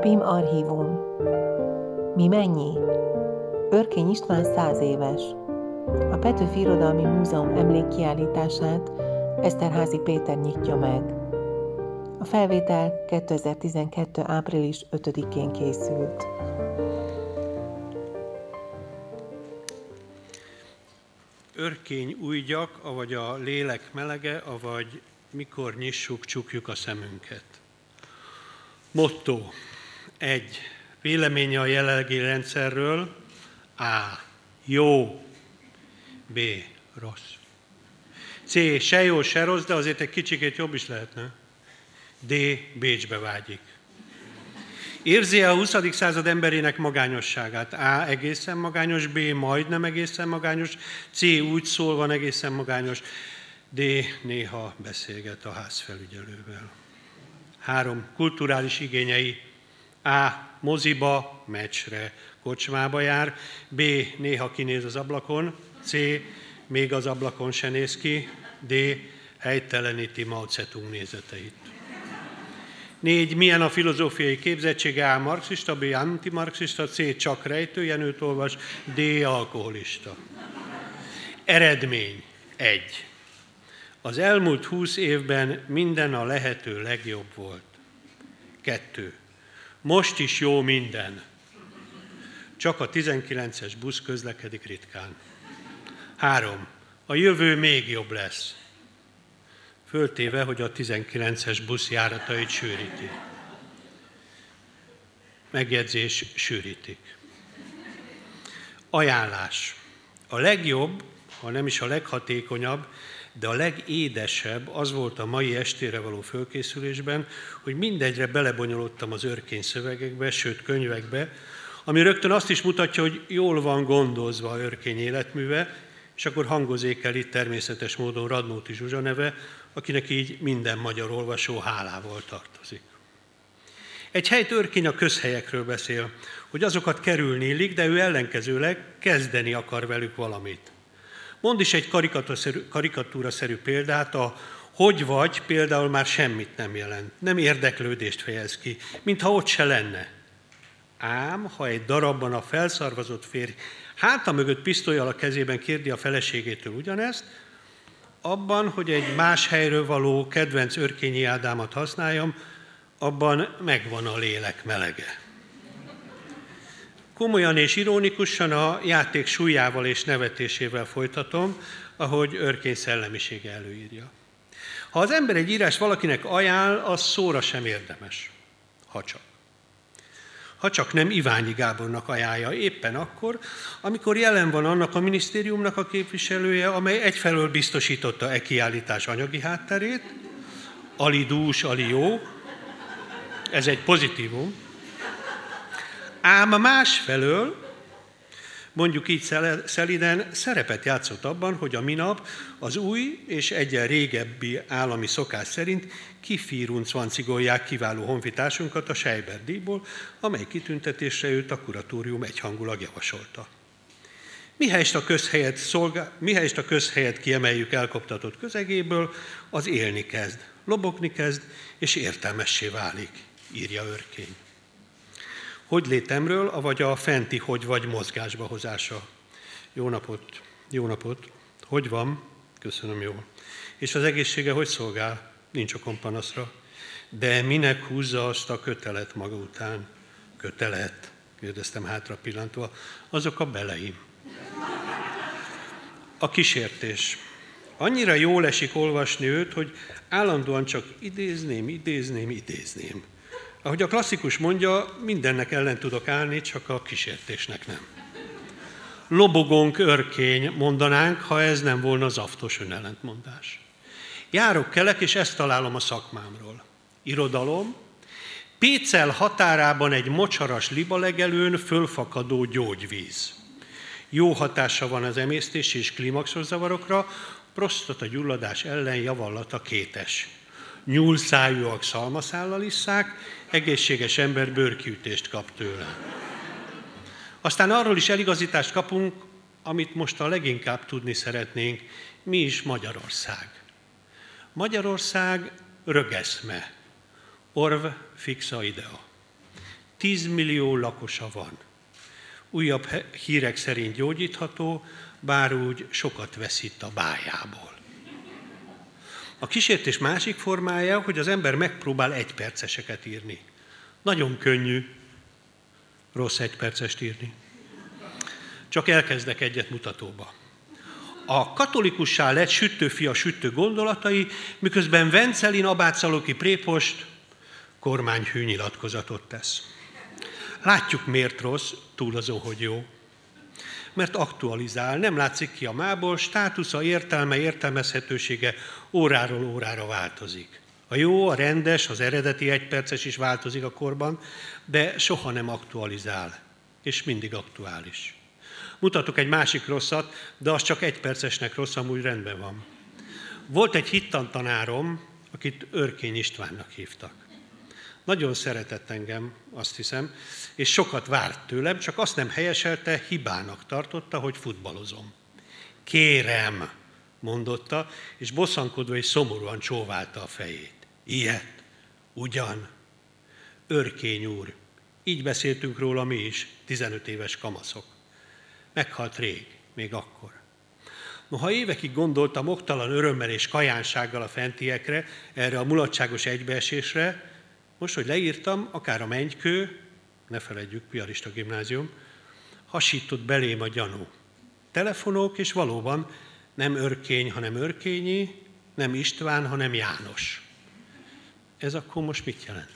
PIM archívum. Mi mennyi? Örkény István 100 éves. A Petőfi Irodalmi Múzeum emlékkiállítását Eszterházy Péter nyitja meg. A felvétel 2012. április 5-én készült. Örkény újgyak, avagy a lélek melege, avagy mikor nyissuk, csukjuk a szemünket. Motto 1. Véleménye a jelenlegi rendszerről. A. Jó. B. Rossz. C. Se jó, se rossz, de azért egy kicsikét jobb is lehetne. D. Bécsbe vágyik. Érzi a 20. század emberének magányosságát? A. Egészen magányos, B. Majdnem egészen magányos, C. Úgy szól, van egészen magányos, D. Néha beszélget a házfelügyelővel. 3. Kulturális igényei. A. Moziba, meccsre, kocsmába jár, B. Néha kinéz az ablakon, C. Még az ablakon se néz ki, D. Helyteleníti Mao Zedong nézeteit. 4. Milyen a filozófiai képzettsége? A. Marxista, B. Antimarxista, C. Csak rejtőjenőt olvas, D. Alkoholista. Eredmény 1. Az elmúlt 20 évben minden a lehető legjobb volt. 2. Most is jó minden. Csak a 19-es busz közlekedik ritkán. 3. A jövő még jobb lesz. Föltéve, hogy a 19-es busz járatait sűríti. Megjegyzés, sűrítik. Ajánlás. A legjobb, ha nem is a leghatékonyabb, de a legédesebb az volt a mai estére való fölkészülésben, hogy mindegyre belebonyolódtam az örkény szövegekbe, sőt könyvekbe, ami rögtön azt is mutatja, hogy jól van gondozva a örkény életműve, és akkor hangozék el itt természetes módon Radnóti Zsuzsa neve, akinek így minden magyar olvasó hálával tartozik. Egy helyt Örkény a közhelyekről beszél, hogy azokat kerülni illik, de ő ellenkezőleg kezdeni akar velük valamit. Mond is egy karikatúraszerű példát, a hogy vagy például már semmit nem jelent, nem érdeklődést fejez ki, mintha ott se lenne. Ám, ha egy darabban a felszarvazott férj háta mögött pisztollyal a kezében kérdi a feleségétől ugyanezt, abban, hogy egy más helyről való kedvenc örkényi ádámat használjam, abban megvan a lélek melege. Komolyan és ironikusan a játék súlyával és nevetésével folytatom, ahogy Örkény szellemisége előírja. Ha az ember egy írás valakinek ajánl, az szóra sem érdemes, ha csak nem Iványi Gábornak ajánlja éppen akkor, amikor jelen van annak a minisztériumnak a képviselője, amely egyfelől biztosította e kiállítás anyagi hátterét, ali dús, ali jó, ez egy pozitívum, ám másfelől, mondjuk így szeliden, szerepet játszott abban, hogy a minap az új és egyen régebbi állami szokás szerint kifírunc-vancigolják kiváló honfitársunkat a Scheiber-díjból, amely kitüntetésre őt a kuratórium egyhangulag javasolta. Mihelyest a közhelyet kiemeljük elkoptatott közegéből, az élni kezd, lobogni kezd, és értelmessé válik, írja Örkény. Hogy létemről, avagy a fenti hogy vagy mozgásba hozása. Jó napot, hogy van? Köszönöm, jól. És az egészsége hogy szolgál? Nincs okon panaszra. De minek húzza azt a kötelet maga után? Kötelet? Kérdeztem hátra pillantva. Azok a beleim. A kísértés. Annyira jól esik olvasni őt, hogy állandóan csak idézném. Ahogy a klasszikus mondja, mindennek ellen tudok állni, csak a kísértésnek nem. Lobogónk Örkény, mondanánk, ha ez nem volna zaftos önellentmondás. Járok, kelek, és ezt találom a szakmámról. Irodalom, Pécel határában egy mocsaras libalegelőn fölfakadó gyógyvíz. Jó hatása van az emésztési és klímaxos zavarokra, prostata gyulladás ellen javallata kétes. Nyúlszájúak szalmaszállal isszák, egészséges ember bőrkiütést kap tőle. Aztán arról is eligazítást kapunk, amit most a leginkább tudni szeretnénk, mi is Magyarország. Magyarország rögeszme, orv fixa idea. 10 millió lakosa van. Újabb hírek szerint gyógyítható, bár úgy sokat veszít a bájából. A kísértés másik formája, hogy az ember megpróbál egyperceseket írni. Nagyon könnyű rossz egypercest írni. Csak elkezdek egyet mutatóba. A katolikussá lett süttőfia süttő gondolatai, miközben Vencelin abátszalóki prépost kormányhű nyilatkozatot tesz. Látjuk, miért rossz, túl azon, hogy jó. Mert aktualizál, nem látszik ki a mából, státusza, értelme, értelmezhetősége óráról órára változik. A jó, a rendes, az eredeti egyperces is változik a korban, de soha nem aktualizál, és mindig aktuális. Mutatok egy másik rosszat, de az csak egypercesnek rossz, amúgy rendben van. Volt egy hittantanárom, akit Örkény Istvánnak hívtak. Nagyon szeretett engem, azt hiszem, és sokat várt tőlem, csak azt nem helyeselte, hibának tartotta, hogy futballozom. Kérem, mondotta, és bosszankodva és szomorúan csóválta a fejét. Ilyet? Ugyan? Örkény úr. Így beszéltünk róla mi is, 15 éves kamaszok. Meghalt rég, még akkor. Noha évekig gondoltam oktalan örömmel és kajánsággal a fentiekre, erre a mulatságos egybeesésre, most, hogy leírtam, akár a Mennykő, ne feledjük, piarista gimnázium, hasított belém a gyanú. Telefonok, és valóban nem Örkény, hanem Örkényi, nem István, hanem János. Ez akkor most mit jelent?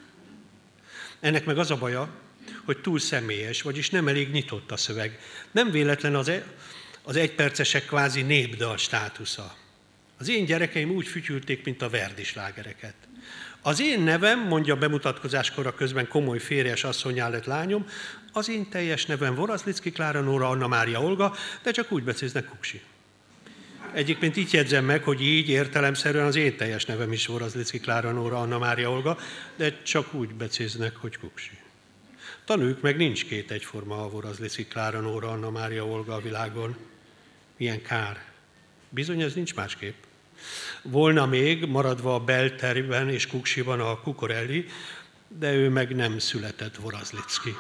Ennek meg az a baja, hogy túl személyes, vagyis nem elég nyitott a szöveg. Nem véletlen az egypercesek kvázi népdal státusza. Az én gyerekeim úgy fütyülték, mint a Verdi slágereket. Az én nevem, mondja bemutatkozáskor közben komoly férjes asszonnyá lett lányom, az én teljes nevem Voraszlicki Klára Nóra Anna Mária Olga, de csak úgy becéznek Kuksi. Egyébként így jegyzem meg, hogy így értelemszerűen az én teljes nevem is Voraszlicki Klára Nóra Anna Mária Olga, de csak úgy becéznek, hogy Kuksi. Tanuljuk meg, nincs két egyforma a Voraszlicki Klára Nóra Anna Mária Olga a világon. Milyen kár. Bizony, ez nincs másképp. Volna még, maradva a Belterben és Kuksiban a Kukorelli, de ő meg nem született Voraszlicki.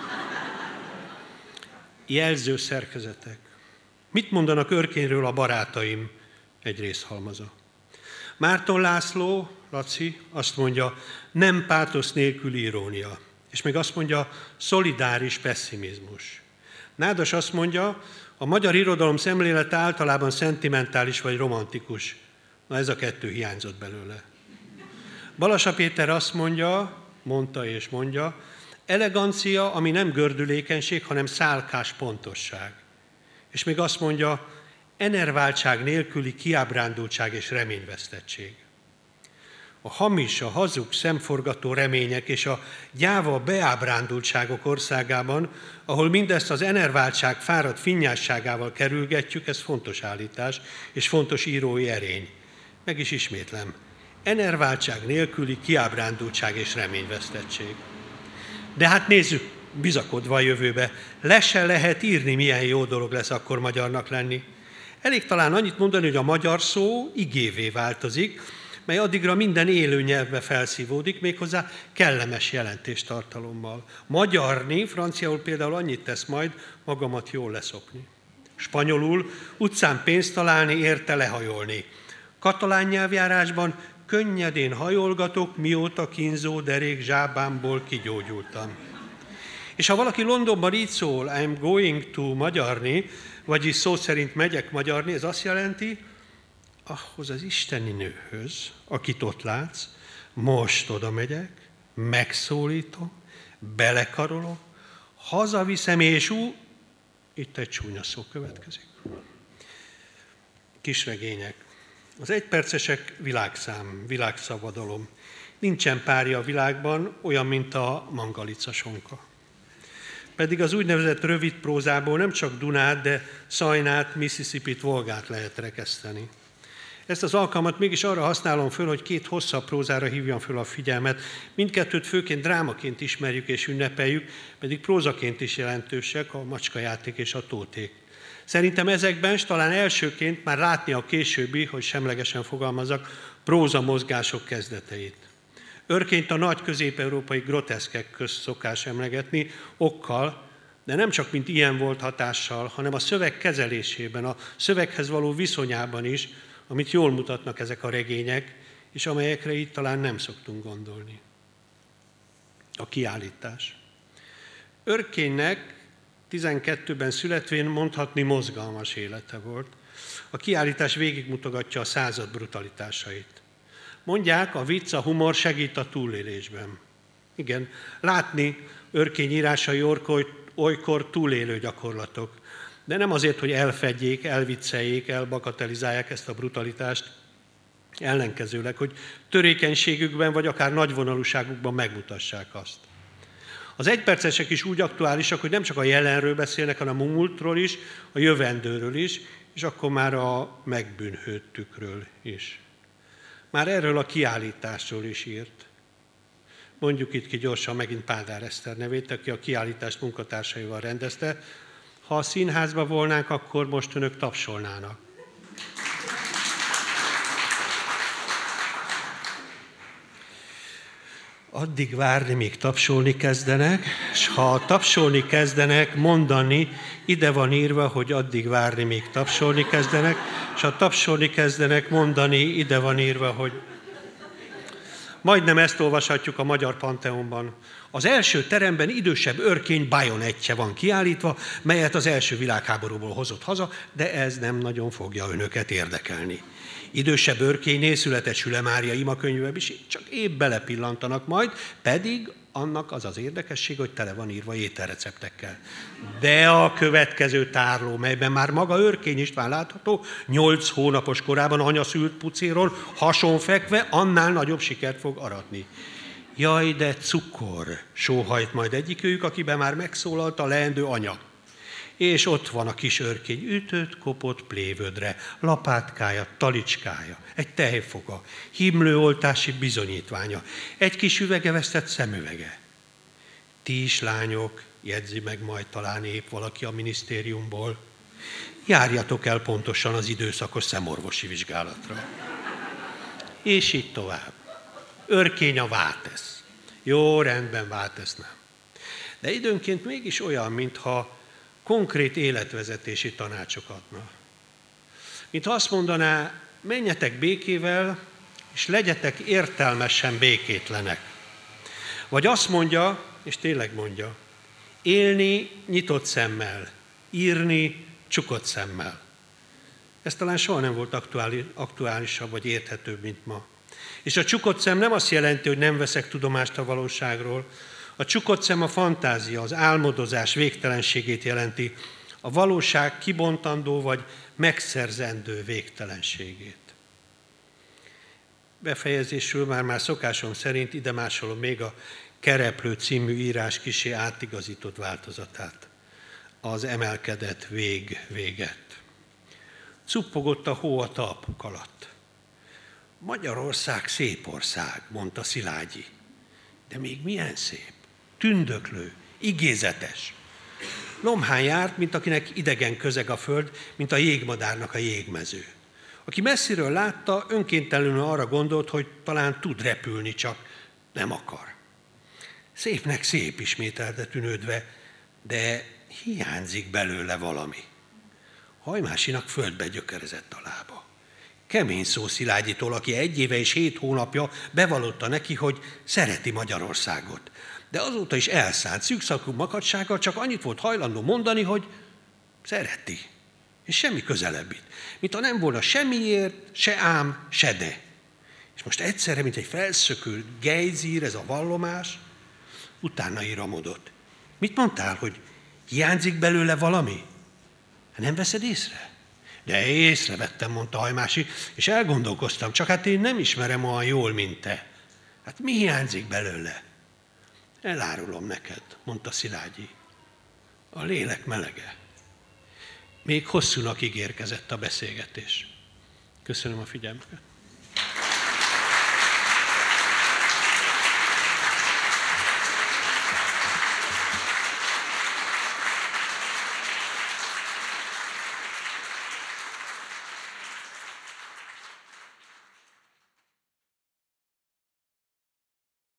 Jelző szerkezetek. Mit mondanak Örkényről a barátaim? Egy részhalmaza. Márton László, Laci, azt mondja, nem pátosz nélkül irónia. És még azt mondja, szolidáris pesszimizmus. Nádas azt mondja, a magyar irodalom szemlélete általában szentimentális vagy romantikus. Na ez a kettő hiányzott belőle. Balassa Péter azt mondta és mondja, elegancia, ami nem gördülékenység, hanem szálkás pontosság. És még azt mondja, enerváltság nélküli kiábrándultság és reményvesztettség. A hamis, a hazug, szemforgató remények és a gyáva beábrándultságok országában, ahol mindezt az enerváltság fáradt finnyásságával kerülgetjük, ez fontos állítás és fontos írói erény. Meg is ismétlem, enerváltság nélküli kiábrándultság és reményvesztettség. De hát nézzük, bizakodva a jövőbe, le se lehet írni, milyen jó dolog lesz akkor magyarnak lenni. Elég talán annyit mondani, hogy a magyar szó igévé változik, mely addigra minden élő nyelvbe felszívódik, méghozzá kellemes jelentéstartalommal. Magyarni, franciául például annyit tesz majd, magamat jól leszokni. Spanyolul utcán pénzt találni, érte lehajolni. Katalán nyelvjárásban könnyedén hajolgatok, mióta kínzó derék zsábámból kigyógyultam. És ha valaki Londonban így szól, I'm going to magyarni, vagyis szó szerint megyek magyarni, ez azt jelenti, ahhoz az isteni nőhöz, akit ott látsz, most oda megyek, megszólítom, belekarolok, hazaviszem, és itt egy csúnya szó következik. Kisregények. Az egypercesek világszám, világszabadalom. Nincsen párja a világban, olyan, mint a Mangalica sonka. Pedig az úgynevezett rövid prózából nem csak Dunát, de Szajnát, Mississippit, Volgát lehet rekeszteni. Ezt az alkalmat mégis arra használom föl, hogy két hosszabb prózára hívjam föl a figyelmet. Mindkettőt főként drámaként ismerjük és ünnepeljük, pedig prózaként is jelentősek a Macskajáték és a Tóték. Szerintem ezekben, s talán elsőként már látni a későbbi, hogy semlegesen fogalmazzak, próza mozgások kezdeteit. Örkényt a nagy közép-európai groteszkek közt szokás emlegetni, okkal, de nem csak mint ilyen volt hatással, hanem a szöveg kezelésében, a szöveghez való viszonyában is, amit jól mutatnak ezek a regények, és amelyekre itt talán nem szoktunk gondolni. A kiállítás. Örkénynek 12-ben születvén mondhatni mozgalmas élete volt. A kiállítás végigmutogatja a század brutalitásait. Mondják, a vicc, a humor segít a túlélésben. Igen, látni Örkény írásai olykor túlélő gyakorlatok. De nem azért, hogy elfedjék, elvicceljék, elbagatelizálják ezt a brutalitást, ellenkezőleg, hogy törékenységükben vagy akár nagyvonalúságukban megmutassák azt. Az egypercesek is úgy aktuálisak, hogy nem csak a jelenről beszélnek, hanem a múltról is, a jövendőről is, és akkor már a megbűnhődtükről is. Már erről a kiállításról is írt. Mondjuk itt ki gyorsan megint Pádár Eszter nevét, aki a kiállítást munkatársaival rendezte. Ha a színházban volnánk, akkor most önök tapsolnának. Addig várni, míg tapsolni kezdenek, és ha tapsolni kezdenek, mondani, ide van írva, hogy addig várni, míg tapsolni kezdenek, és ha tapsolni kezdenek, mondani, ide van írva, hogy... Majdnem ezt olvashatjuk a Magyar Panteonban. Az első teremben idősebb örkény bajonettje van kiállítva, melyet az első világháborúból hozott haza, de ez nem nagyon fogja önöket érdekelni. Idősebb örkénynél született Süle Mária imakönyvében is csak épp belepillantanak majd, pedig annak az az érdekesség, hogy tele van írva ételreceptekkel. De a következő tárló, melyben már maga Örkény István látható, 8 hónapos korában anya szült pucéról hasonfekve, annál nagyobb sikert fog aratni. Jaj, de cukor, sóhajt majd egyikőjük, akiben már megszólalt a leendő anya. És ott van a kis örkény, ütött, kopott plévödre, lapátkája, talicskája, egy tejfoga, himlőoltási bizonyítványa, egy kis üvegevesztett szemüvege. Ti is, lányok, jegyzi meg majd talán épp valaki a minisztériumból, járjatok el pontosan az időszakos szemorvosi vizsgálatra. És így tovább. Örkény a váltesz. Jó, rendben, váltesz nem. De időnként mégis olyan, mintha konkrét életvezetési tanácsok adna. Mintha azt mondaná, menjetek békével, és legyetek értelmesen békétlenek. Vagy azt mondja, és tényleg mondja, élni nyitott szemmel, írni csukott szemmel. Ez talán soha nem volt aktuálisabb vagy érthetőbb, mint ma. És a csukott szem nem azt jelenti, hogy nem veszek tudomást a valóságról. A csukott szem a fantázia, az álmodozás végtelenségét jelenti, a valóság kibontandó vagy megszerzendő végtelenségét. Befejezésül már szokásom szerint ide másolom még a Kereplő című írás kissé átigazított változatát. Az emelkedett véget. Cuppogott a hó a talpuk alatt. Magyarország szép ország, mondta Szilágyi. De még milyen szép, tündöklő, igézetes. Lomhán járt, mint akinek idegen közeg a föld, mint a jégmadárnak a jégmező. Aki messziről látta, önkéntelenül arra gondolt, hogy talán tud repülni, csak nem akar. Szépnek szép, ismételte tűnődve, de hiányzik belőle valami. Hajmásinak földbe gyökerezett a lába. Kemény szó Szilágyitól, aki 1 éve és 7 hónapja bevallotta neki, hogy szereti Magyarországot. De azóta is elszállt szűkszakú makadsággal, csak annyit volt hajlandó mondani, hogy szereti. És semmi közelebbit. Mintha nem volna semmiért, se ám, se de. És most egyszerre, mint egy felszökült gejzír ez a vallomás, utána iramodott. Mit mondtál, hogy hiányzik belőle valami? Nem veszed észre? De észrevettem, mondta Hajmási, és elgondolkoztam, csak hát én nem ismerem olyan jól, mint te. Hát mi hiányzik belőle? Elárulom neked, mondta Szilágyi. A lélek melege. Még hosszúnak ígérkezett a beszélgetés. Köszönöm a figyelmet.